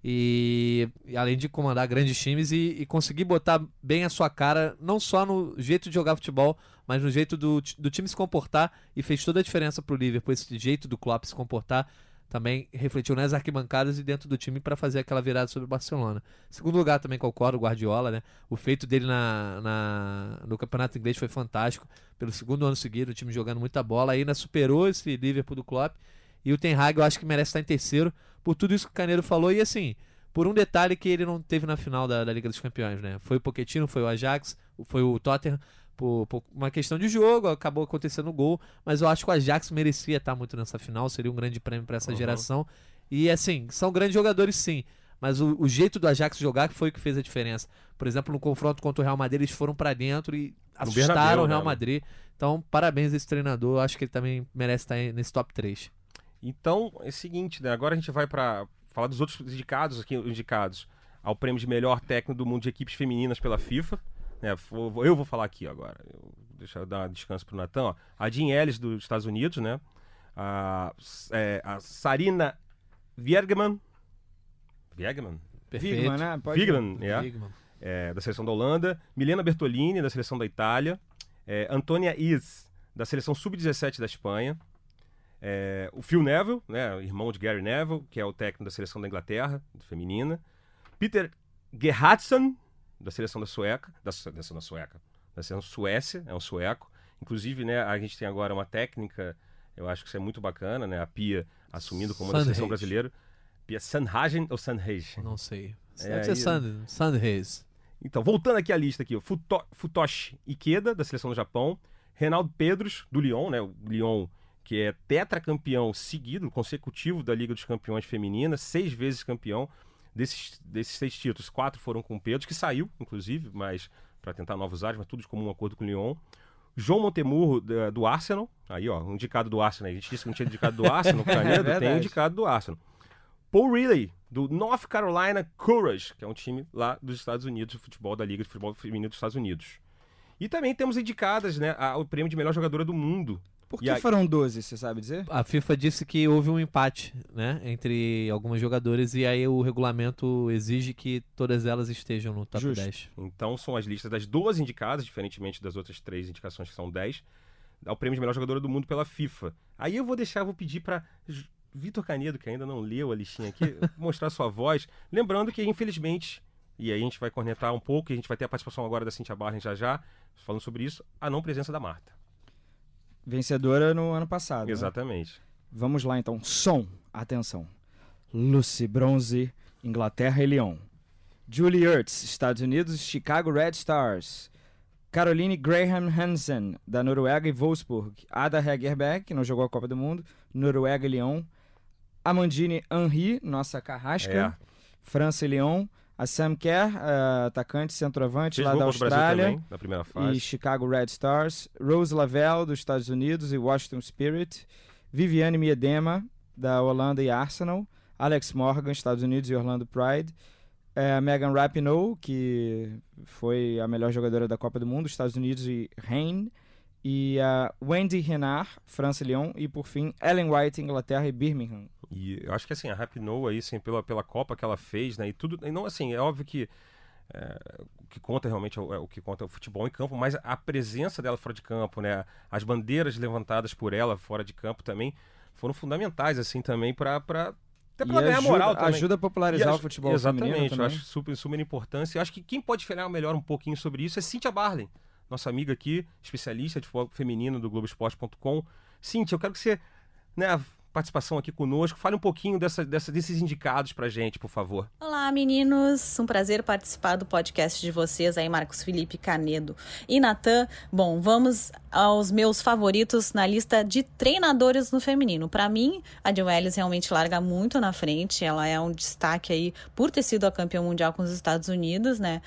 S2: E, e além de comandar grandes times e, e conseguir botar bem a sua cara, não só no jeito de jogar futebol, mas no jeito do, ti- do time se comportar, e fez toda a diferença pro Liverpool. Esse jeito do Klopp se comportar também refletiu nas arquibancadas e dentro do time para fazer aquela virada sobre o Barcelona. Segundo lugar, também concordo, o Guardiola, né? O feito dele na, na- no campeonato inglês foi fantástico. Pelo segundo ano seguido, o time jogando muita bola, ainda superou esse Liverpool do Klopp. E o Ten Hag eu acho que merece estar em terceiro por tudo isso que o Caneiro falou. E assim, por um detalhe que ele não teve na final da, da Liga dos Campeões, né? Foi o Pochettino, foi o Ajax, foi o Tottenham. Por, por uma questão de jogo, acabou acontecendo o gol, mas eu acho que o Ajax merecia estar muito nessa final, seria um grande prêmio para essa
S1: Uhum.
S2: geração. E assim, são grandes jogadores sim, mas o, o jeito do Ajax jogar que foi o que fez a diferença. Por exemplo, no confronto contra o Real Madrid, eles foram para dentro e assustaram
S1: Bernabéu,
S2: o Real
S1: né?
S2: Madrid. Então, parabéns a esse treinador, eu acho que ele também merece estar aí nesse top três.
S1: Então, é o seguinte, né? Agora a gente vai pra falar dos outros indicados aqui, indicados ao prêmio de melhor técnico do mundo de equipes femininas pela FIFA. Né? Vou- Eu vou falar aqui agora. Eu deixa eu dar um descanso pro Natan, ó. A Jean Ellis dos Estados Unidos, né? A, é, a Sarina Wiegman. Wiegman?
S2: Perfeito.
S3: Wiegman, né? Pode...
S1: Wiegman, é.
S2: Wiegman.
S1: É, da seleção da Holanda. Milena Bertolini, da seleção da Itália. É, Antônia Is, da seleção sub dezessete da Espanha. É, o Phil Neville, né, irmão de Gary Neville, que é o técnico da seleção da Inglaterra, feminina. Peter Gerhardsson, da seleção da Sueca, da, da seleção da Sueca, da seleção Suécia, é um sueco. Inclusive, né, a gente tem agora uma técnica, eu acho que isso é muito bacana, né, a Pia assumindo como da seleção brasileira. Pia Sandhagen ou Sandhagen?
S2: Não sei.
S1: É,
S2: Deve ser
S1: aí-
S2: Sand, Sandhagen.
S1: Então, voltando aqui à lista aqui, ó, Futo, Futoshi Ikeda, da seleção do Japão. Reinaldo Pedros, do Lyon, né, o Lyon que é tetracampeão seguido, consecutivo da Liga dos Campeões Feminina, seis vezes campeão. Desses, desses seis títulos, quatro foram com o Pedro, que saiu, inclusive, mas para tentar novos ares, mas tudo de comum acordo com o Lyon. João Montemurro, da- do Arsenal. Aí, ó, um indicado do Arsenal. A gente disse que não tinha indicado do Arsenal, o Canedo tem
S3: verdade.
S1: indicado do Arsenal. Paul Riley, do North Carolina Courage, que é um time lá dos Estados Unidos, de futebol da Liga de Futebol Feminino dos Estados Unidos. E também temos indicadas, né, ao prêmio de melhor jogadora do mundo.
S3: Por
S1: E
S3: que
S1: aí-
S3: foram doze, você sabe dizer?
S2: A FIFA disse que houve um empate, né, entre algumas jogadoras e aí o regulamento exige que todas elas estejam no top
S3: Justo.
S2: dez.
S1: Então são as listas das doze indicadas, diferentemente das outras três indicações que são dez, ao prêmio de melhor jogadora do mundo pela FIFA. Aí eu vou deixar, vou pedir para Vitor Canedo, que ainda não leu a listinha aqui, mostrar sua voz. Lembrando que, infelizmente, e aí a gente vai cornetar um pouco, e a gente vai ter a participação agora da Cíntia Barlen já já, falando sobre isso, a não presença da Marta.
S3: Vencedora no ano passado. né?
S1: Exatamente.
S3: Vamos lá então. Som, atenção. Lucy Bronze, Inglaterra e Lyon. Julie Ertz, Estados Unidos, Chicago Red Stars. Caroline Graham Hansen, da Noruega e Wolfsburg. Ada Hegerberg, que não jogou a Copa do Mundo, Noruega e Lyon. Amandine Henry, nossa carrasca,
S1: É.
S3: França e Lyon. A Sam Kerr, eh, atacante centroavante
S1: Fez
S3: lá
S1: gol
S3: da
S1: contra o Brasil
S3: Austrália.
S1: também, na primeira
S3: E
S1: fase.
S3: Chicago Red Stars, Rose Lavelle, dos Estados Unidos e Washington Spirit, Viviane Miedema, da Holanda e Arsenal, Alex Morgan, Estados Unidos e Orlando Pride, eh, Megan Rapinoe, que foi a melhor jogadora da Copa do Mundo, Estados Unidos e Rennes, e a Wendy Renard, França e Lyon, e por fim, Ellen White, Inglaterra e Birmingham.
S1: E eu acho que assim, a Rapinoe aí, assim, pela, pela Copa que ela fez, né? E tudo. E não, assim, é óbvio que é, o que conta realmente é o, é o que conta é o futebol em campo, mas a presença dela fora de campo, né? As bandeiras levantadas por ela fora de campo também foram fundamentais, assim, também para para até
S3: E
S1: para ganhar
S3: ajuda,
S1: moral também.
S3: ajuda a popularizar
S1: E
S3: o
S1: aj-
S3: futebol
S1: Exatamente,
S3: feminino
S1: eu
S3: também.
S1: acho super, super importância. Eu acho que quem pode falar melhor um pouquinho sobre isso é Cíntia Barlen, nossa amiga aqui, especialista de futebol feminino do Globo Esporte ponto com. Cíntia, eu quero que você, né, participação aqui conosco, fale um pouquinho dessa, dessa, desses indicados pra gente, por favor.
S4: Olá, meninos. Um prazer participar do podcast de vocês aí, Marcos Felipe Canedo e Natan. Bom, vamos aos meus favoritos na lista de treinadores no feminino. Para mim, a Jill Ellis realmente larga muito na frente. Ela é um destaque aí por ter sido a campeã mundial com os Estados Unidos, né?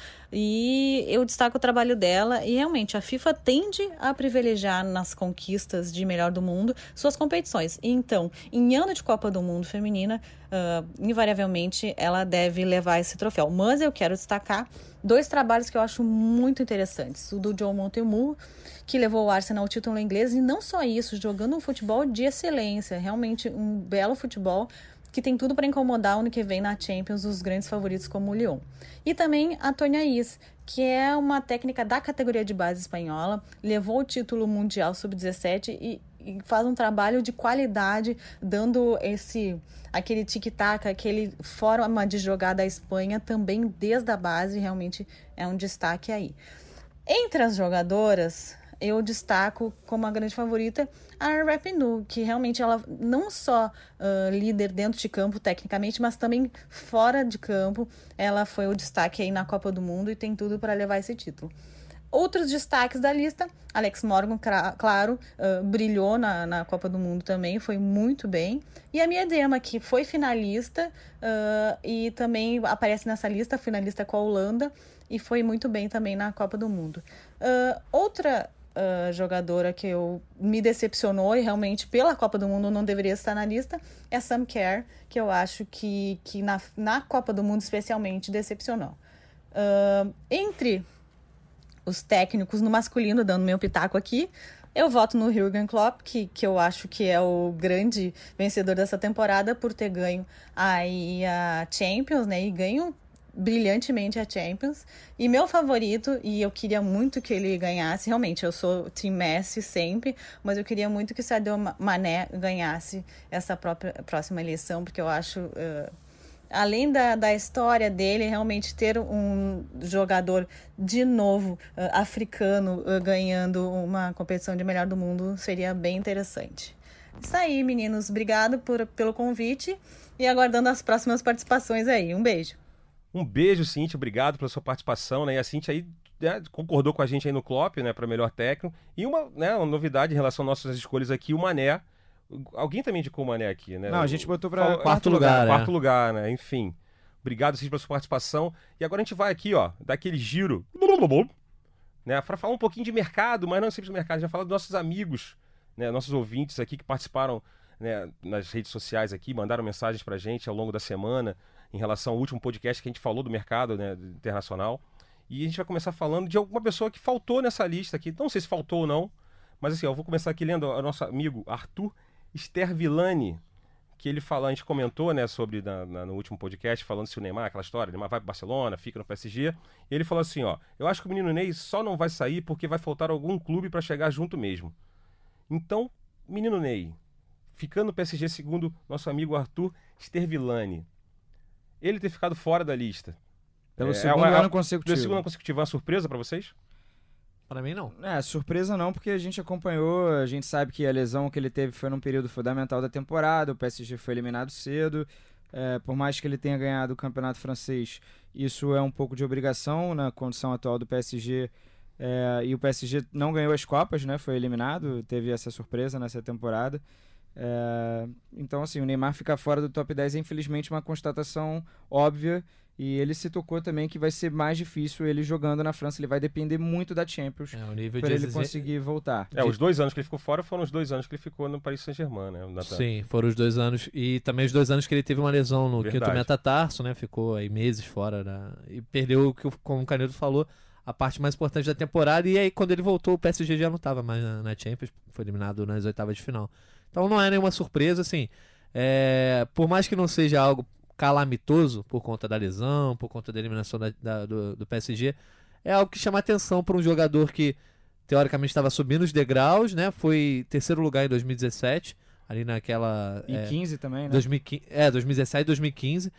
S4: E eu destaco o trabalho dela e realmente a FIFA tende a privilegiar nas conquistas de melhor do mundo suas competições. Então, em ano de Copa do Mundo feminina, uh, invariavelmente ela deve levar esse troféu. Mas eu quero destacar dois trabalhos que eu acho muito interessantes. O do João Montemurro, que levou o Arsenal ao título inglês, e não só isso, jogando um futebol de excelência, realmente um belo futebol que tem tudo para incomodar o ano que vem na Champions os grandes favoritos como o Lyon. E também a Tonya Is, que é uma técnica da categoria de base espanhola, levou o título mundial sub dezessete e, e faz um trabalho de qualidade, dando esse aquele tic-tac, aquele forma de jogar da Espanha também desde a base, realmente é um destaque aí. Entre as jogadoras, eu destaco como a grande favorita a Rapinoe, que realmente ela não só uh, líder dentro de campo tecnicamente, mas também fora de campo. Ela foi o destaque aí na Copa do Mundo e tem tudo para levar esse título. Outros destaques da lista, Alex Morgan, claro, uh, brilhou na, na Copa do Mundo também, foi muito bem. E a Miedema, que foi finalista uh, e também aparece nessa lista, finalista com a Holanda, e foi muito bem também na Copa do Mundo. Uh, outra uh, jogadora que eu, me decepcionou e realmente pela Copa do Mundo não deveria estar na lista é a Sam Kerr, que eu acho que, que na, na Copa do Mundo especialmente decepcionou. Uh, entre os técnicos no masculino, dando meu pitaco aqui, eu voto no Jürgen Klopp, que, que eu acho que é o grande vencedor dessa temporada por ter ganho aí a Champions, né? E ganho brilhantemente a Champions. E meu favorito, e eu queria muito que ele ganhasse, realmente, eu sou Team Messi sempre, mas eu queria muito que o Sadio Mané ganhasse essa própria, próxima eleição, porque eu acho... Uh, além da, da história dele, realmente ter um jogador de novo uh, africano uh, ganhando uma competição de melhor do mundo seria bem interessante. Isso aí, meninos. Obrigado por, pelo convite e aguardando as próximas participações aí. Um beijo.
S1: Um beijo, Cíntia. Obrigado pela sua participação, né? E a Cíntia aí, né, concordou com a gente aí no Klopp, né, para melhor técnico. E uma, né, uma novidade em relação às nossas escolhas aqui, o Mané. Alguém também indicou o Mané aqui, né?
S3: Não, a gente botou para
S2: quarto, quarto lugar.
S1: Quarto
S2: é.
S1: lugar, né? Enfim. Obrigado, Cid, pela sua participação. E agora a gente vai aqui, ó, daquele giro, né? Para falar um pouquinho de mercado, mas não sempre do mercado. A gente vai falar dos nossos amigos, né? Nossos ouvintes aqui que participaram, né, nas redes sociais aqui, mandaram mensagens pra gente ao longo da semana em relação ao último podcast que a gente falou do mercado, né, internacional. E a gente vai começar falando de alguma pessoa que faltou nessa lista aqui. Não sei se faltou ou não, mas assim, ó, eu vou começar aqui lendo o nosso amigo Arthur Stervilani, que ele falou, a gente comentou, né, sobre na, na, no último podcast, falando se o Neymar, aquela história, o Neymar vai pro Barcelona, fica no P S G, e ele falou assim, ó, eu acho que o menino Ney só não vai sair porque vai faltar algum clube para chegar junto mesmo. Então, menino Ney, ficando no P S G segundo nosso amigo Arthur Stervilani, ele ter ficado fora da lista.
S3: Pelo
S1: é,
S3: segundo
S1: é, é,
S3: ano consecutivo.
S1: Pelo segundo ano consecutivo, é uma surpresa para vocês?
S2: Para mim, não.
S3: É, surpresa não, porque a gente acompanhou, a gente sabe que a lesão que ele teve foi num período fundamental da temporada, o P S G foi eliminado cedo, é, por mais que ele tenha ganhado o campeonato francês, isso é um pouco de obrigação na condição atual do P S G, é, e o P S G não ganhou as Copas, né, foi eliminado, teve essa surpresa nessa temporada. É, então, assim, o Neymar ficar fora do top dez é infelizmente uma constatação óbvia. E ele se tocou também que vai ser mais difícil ele jogando na França. Ele vai depender muito da Champions
S2: é, o nível
S3: para
S2: de
S3: ele
S2: exige...
S3: conseguir voltar.
S1: É, os dois anos que ele ficou fora foram os dois anos que ele ficou no Paris Saint-Germain, né? Nathan?
S2: Sim, foram os dois anos. E também os dois anos que ele teve uma lesão no
S1: Verdade.
S2: quinto metatarso, né? Ficou aí meses fora. Da... E perdeu, como o Canedo falou, a parte mais importante da temporada. E aí, quando ele voltou, o P S G já não estava mais na, na Champions. Foi eliminado nas oitavas de final. Então não é nenhuma surpresa, assim. É... Por mais que não seja algo calamitoso por conta da lesão, por conta da eliminação da, da, do, do P S G, é algo que chama atenção para um jogador que teoricamente estava subindo os degraus, né? Foi terceiro lugar em dois mil e dezessete, ali naquela...
S3: E é, quinze também, né?
S2: dois mil e quinze, é, dois mil e dezessete, dois mil e quinze,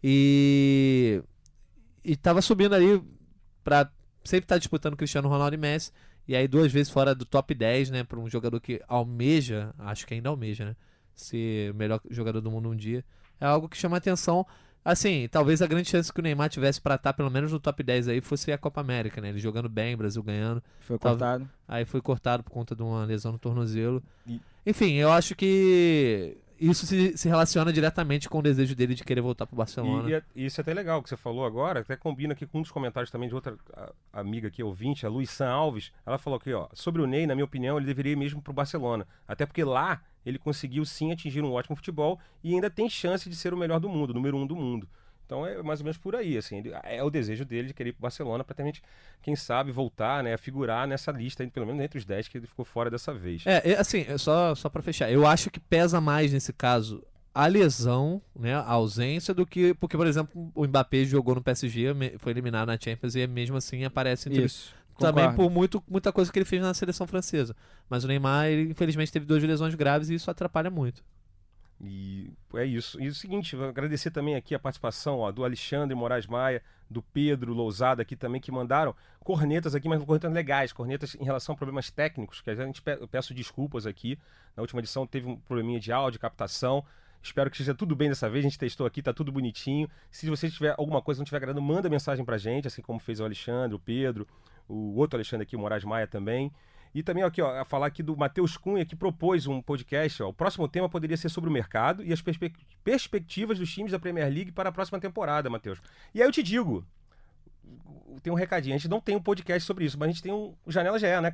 S2: e estava subindo ali para sempre estar tá disputando Cristiano Ronaldo e Messi, e aí duas vezes fora do top dez, né? Para um jogador que almeja, acho que ainda almeja, né? Ser o melhor jogador do mundo um dia. É algo que chama atenção. Assim, talvez a grande chance que o Neymar tivesse para estar pelo menos no top dez aí fosse a Copa América, né? Ele jogando bem, Brasil ganhando.
S3: Foi cortado.
S2: Aí foi cortado por conta de uma lesão no tornozelo.
S1: E...
S2: Enfim, eu acho que isso se, se relaciona diretamente com o desejo dele de querer voltar pro Barcelona.
S1: E, e, e isso é até legal que você falou agora, até combina aqui com um dos comentários também de outra a, amiga aqui, ouvinte, a Luísa Alves. Ela falou aqui, ó, sobre o Ney, na minha opinião, ele deveria ir mesmo pro Barcelona. Até porque lá ele conseguiu sim atingir um ótimo futebol e ainda tem chance de ser o melhor do mundo, o número um do mundo. Então é mais ou menos por aí, assim, é o desejo dele de querer ir pro Barcelona para também, quem sabe, voltar, né, a figurar nessa lista, pelo menos entre os dez que ele ficou fora dessa vez.
S2: É, assim, só, só para fechar, eu acho que pesa mais nesse caso a lesão, né, a ausência, do que, porque, por exemplo, o Mbappé jogou no P S G, foi eliminado na Champions e mesmo assim aparece entre...
S3: Isso.
S2: Também
S3: Concordo.
S2: por muito, muita coisa que ele fez na seleção francesa. Mas o Neymar, ele, infelizmente, teve duas lesões graves e isso atrapalha muito.
S1: E é isso. E o seguinte, vou agradecer também aqui a participação, ó, do Alexandre Moraes Maia, do Pedro Lousada aqui também, que mandaram cornetas aqui, mas cornetas legais, cornetas em relação a problemas técnicos, que a gente pe- eu peço desculpas aqui. Na última edição teve um probleminha de áudio, captação. Espero que esteja tudo bem dessa vez, a gente testou aqui, tá tudo bonitinho. Se você tiver alguma coisa que não estiver agradando, manda mensagem pra gente, assim como fez o Alexandre, o Pedro, o outro Alexandre aqui, o Moraes Maia também. E também aqui, ó, a falar aqui do Matheus Cunha, que propôs um podcast. Ó, o próximo tema poderia ser sobre o mercado e as perspe- perspectivas dos times da Premier League para a próxima temporada, Matheus. E aí eu te digo, tem um recadinho, a gente não tem um podcast sobre isso, mas a gente tem um Janela G E, né, Canedo?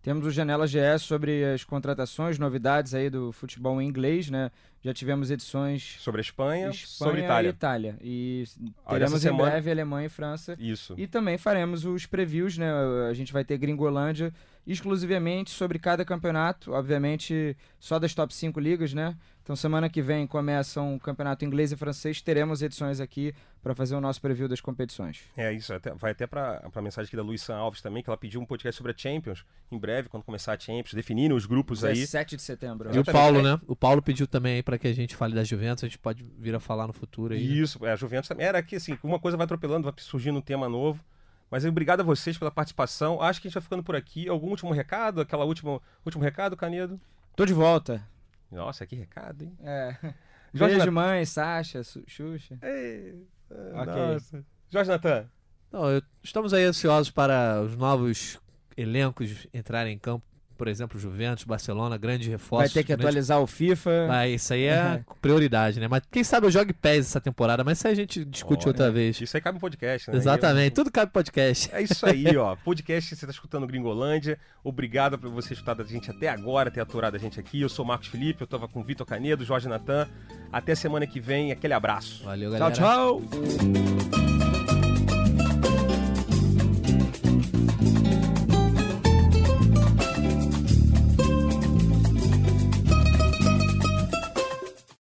S3: Temos o Janela G S sobre as contratações, novidades aí do futebol em inglês, né? Já tivemos edições
S1: Sobre a Espanha,
S3: Espanha
S1: sobre a Itália.
S3: e Itália. E
S1: Olha,
S3: teremos
S1: essa
S3: em
S1: semana-
S3: breve Alemanha e França.
S1: Isso.
S3: E também faremos os previews, né? A gente vai ter Gringolândia exclusivamente sobre cada campeonato, obviamente só das top cinco ligas, né? Então semana que vem começam o campeonato inglês e francês, teremos edições aqui para fazer o nosso preview das competições.
S1: É isso, até- vai até para a mensagem aqui da Luísa Alves também, que ela pediu um podcast sobre a Champions, em breve, quando começar a Champions, definindo os grupos aí.
S3: dezessete de setembro.
S2: E o
S1: Exatamente.
S2: Paulo, né? O Paulo pediu também aí pra que a gente fale da Juventus, a gente pode vir a falar no futuro aí. né?
S1: Isso, é, a Juventus também. Era que assim, uma coisa vai atropelando, vai surgindo um tema novo. Mas obrigado a vocês pela participação. Acho que a gente vai ficando por aqui. Algum último recado? Aquela última último recado, Canedo?
S3: Tô de volta.
S1: Nossa, que recado, hein?
S3: É.
S1: Jorge
S3: Beijo,
S1: Nat-
S3: mãe, Sasha, Su- Xuxa.
S1: Ei,
S3: Ok.
S1: nossa. Jorge Natan.
S2: Não, eu- estamos aí ansiosos para os novos elencos entrarem em campo. Por exemplo, Juventus, Barcelona, grandes reforços.
S3: Vai ter que
S2: grandes-
S3: atualizar o FIFA.
S2: Ah, isso aí é prioridade, né? Mas quem sabe eu jogue P E S essa temporada, mas isso aí a gente discute
S1: Olha,
S2: outra vez.
S1: Isso aí cabe no podcast, né?
S2: Exatamente,
S1: Eu-
S2: tudo cabe podcast.
S1: É isso aí, ó. Podcast, você tá escutando Gringolândia. Obrigado por você escutar a gente até agora, ter aturado a gente aqui. Eu sou o Marcos Felipe, eu tava com o Vitor Canedo, Jorge Natan. Até semana que vem, aquele abraço.
S2: Valeu, galera.
S3: Tchau, tchau.